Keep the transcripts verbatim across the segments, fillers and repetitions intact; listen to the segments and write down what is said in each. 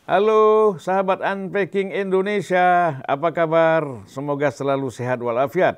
Halo sahabat Unpacking Indonesia, apa kabar? Semoga selalu sehat walafiat.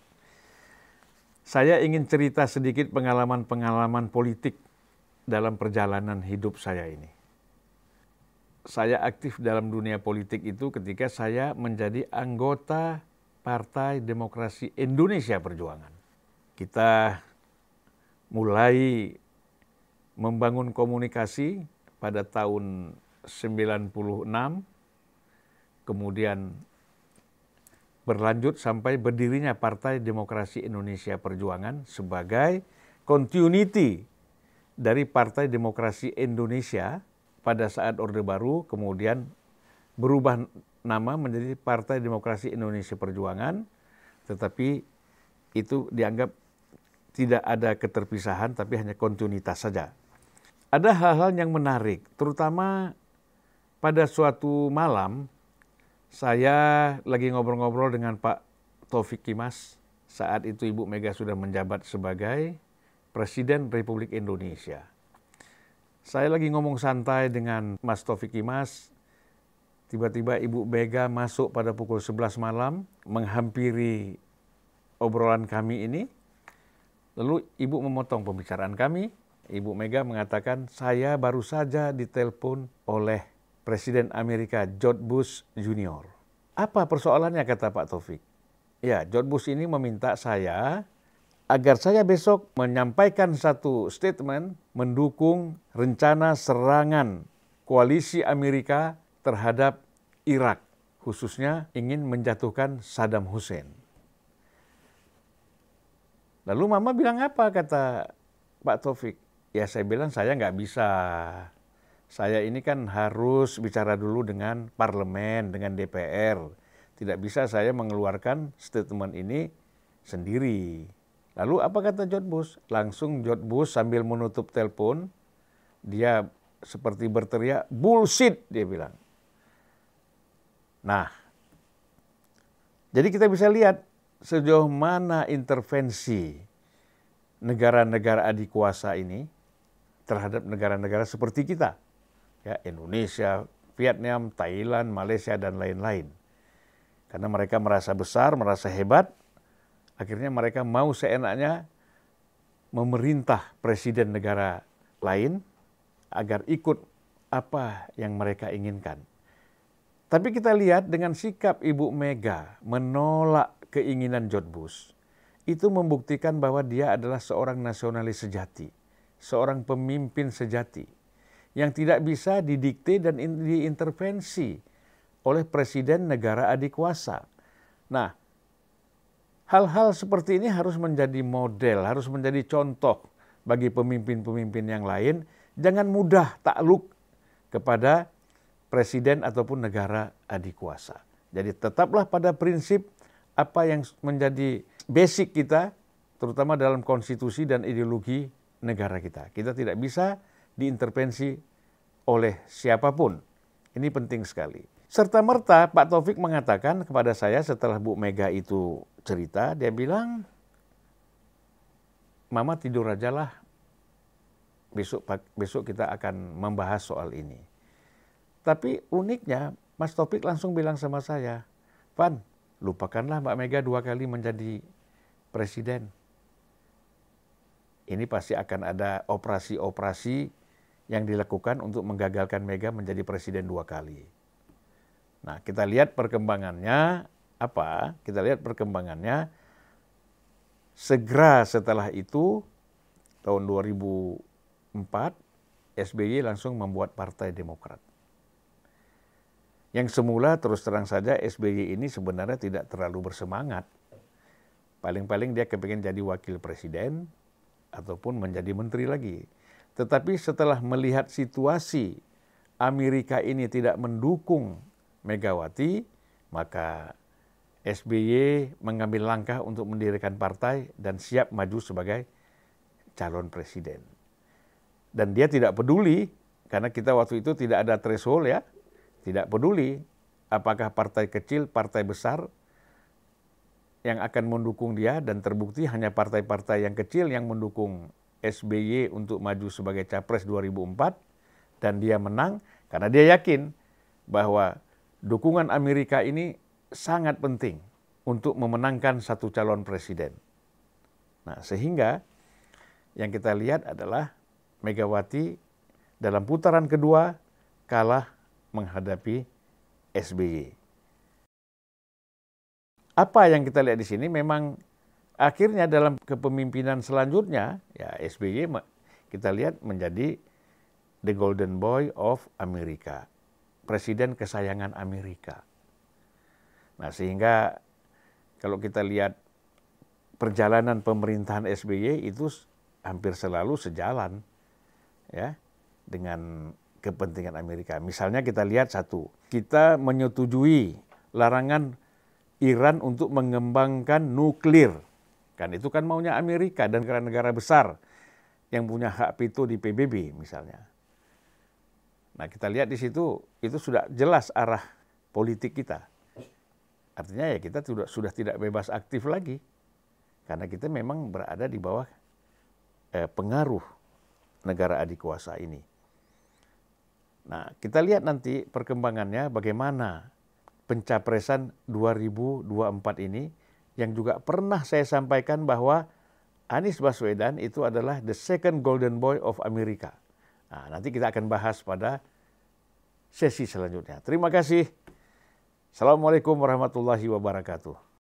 Saya ingin cerita sedikit pengalaman-pengalaman politik dalam perjalanan hidup saya ini. Saya aktif dalam dunia politik itu ketika saya menjadi anggota Partai Demokrasi Indonesia Perjuangan. Kita mulai membangun komunikasi pada tahun sembilan puluh enam, kemudian berlanjut sampai berdirinya Partai Demokrasi Indonesia Perjuangan sebagai continuity dari Partai Demokrasi Indonesia pada saat Orde Baru, kemudian berubah nama menjadi Partai Demokrasi Indonesia Perjuangan, tetapi itu dianggap tidak ada keterpisahan, tapi hanya kontinuitas saja. Ada hal-hal yang menarik, terutama pada suatu malam, saya lagi ngobrol-ngobrol dengan Pak Taufik Kimas. Saat itu Ibu Mega sudah menjabat sebagai Presiden Republik Indonesia. Saya lagi ngomong santai dengan Mas Taufik Kimas. Tiba-tiba Ibu Mega masuk pada pukul sebelas malam, menghampiri obrolan kami ini. Lalu Ibu memotong pembicaraan kami. Ibu Mega mengatakan, saya baru saja ditelepon oleh Presiden Amerika George Bush Junior Apa persoalannya, kata Pak Taufik? Ya, George Bush ini meminta saya agar saya besok menyampaikan satu statement mendukung rencana serangan koalisi Amerika terhadap Irak, khususnya ingin menjatuhkan Saddam Hussein. Lalu Mama bilang apa, kata Pak Taufik? Ya, saya bilang saya nggak bisa. Saya ini kan harus bicara dulu dengan parlemen, dengan D P R. Tidak bisa saya mengeluarkan statement ini sendiri. Lalu apa kata George Bush? Langsung George Bush sambil menutup telepon, dia seperti berteriak, bullshit, dia bilang. Nah, jadi kita bisa lihat sejauh mana intervensi negara-negara adik kuasa ini terhadap negara-negara seperti kita. Ya, Indonesia, Vietnam, Thailand, Malaysia, dan lain-lain. Karena mereka merasa besar, merasa hebat, akhirnya mereka mau seenaknya memerintah presiden negara lain agar ikut apa yang mereka inginkan. Tapi kita lihat dengan sikap Ibu Mega menolak keinginan George Bush, itu membuktikan bahwa dia adalah seorang nasionalis sejati, seorang pemimpin sejati, yang tidak bisa didikte dan diintervensi oleh presiden negara adik kuasa. Nah, hal-hal seperti ini harus menjadi model, harus menjadi contoh bagi pemimpin-pemimpin yang lain. Jangan mudah takluk kepada presiden ataupun negara adik kuasa. Jadi tetaplah pada prinsip apa yang menjadi basic kita, terutama dalam konstitusi dan ideologi negara kita. Kita tidak bisa diintervensi oleh siapapun. Ini penting sekali. Serta merta Pak Taufik mengatakan kepada saya setelah Bu Mega itu cerita, dia bilang, Mama tidur aja lah, besok, besok kita akan membahas soal ini. Tapi uniknya Mas Taufik langsung bilang sama saya, Pan, lupakanlah Mbak Mega dua kali menjadi presiden. Ini pasti akan ada operasi-operasi yang dilakukan untuk menggagalkan Mega menjadi presiden dua kali. Nah, kita lihat perkembangannya apa? Kita lihat perkembangannya segera setelah itu, tahun dua ribu empat, S B Y langsung membuat Partai Demokrat. Yang semula terus terang saja S B Y ini sebenarnya tidak terlalu bersemangat. Paling-paling dia kepingin jadi wakil presiden, ataupun menjadi menteri lagi. Tetapi setelah melihat situasi Amerika ini tidak mendukung Megawati, maka S B Y mengambil langkah untuk mendirikan partai dan siap maju sebagai calon presiden. Dan dia tidak peduli, karena kita waktu itu tidak ada threshold ya, tidak peduli apakah partai kecil, partai besar yang akan mendukung dia, dan terbukti hanya partai-partai yang kecil yang mendukung S B Y untuk maju sebagai capres dua ribu empat, dan dia menang karena dia yakin bahwa dukungan Amerika ini sangat penting untuk memenangkan satu calon presiden. Nah, sehingga yang kita lihat adalah Megawati dalam putaran kedua kalah menghadapi S B Y. Apa yang kita lihat di sini memang akhirnya dalam kepemimpinan selanjutnya, ya S B Y kita lihat menjadi the golden boy of Amerika, presiden kesayangan Amerika. Nah, sehingga kalau kita lihat perjalanan pemerintahan S B Y itu hampir selalu sejalan ya dengan kepentingan Amerika. Misalnya kita lihat satu, kita menyetujui larangan Iran untuk mengembangkan nuklir. Kan itu kan maunya Amerika dan negara-negara besar yang punya hak veto di P B B misalnya. Nah, kita lihat di situ itu sudah jelas arah politik kita. Artinya ya kita sudah sudah tidak bebas aktif lagi. Karena kita memang berada di bawah eh, pengaruh negara adikuasa ini. Nah, kita lihat nanti perkembangannya bagaimana pencapresan dua ribu dua puluh empat ini, yang juga pernah saya sampaikan bahwa Anies Baswedan itu adalah the second golden boy of America. Nah, nanti kita akan bahas pada sesi selanjutnya. Terima kasih. Assalamualaikum warahmatullahi wabarakatuh.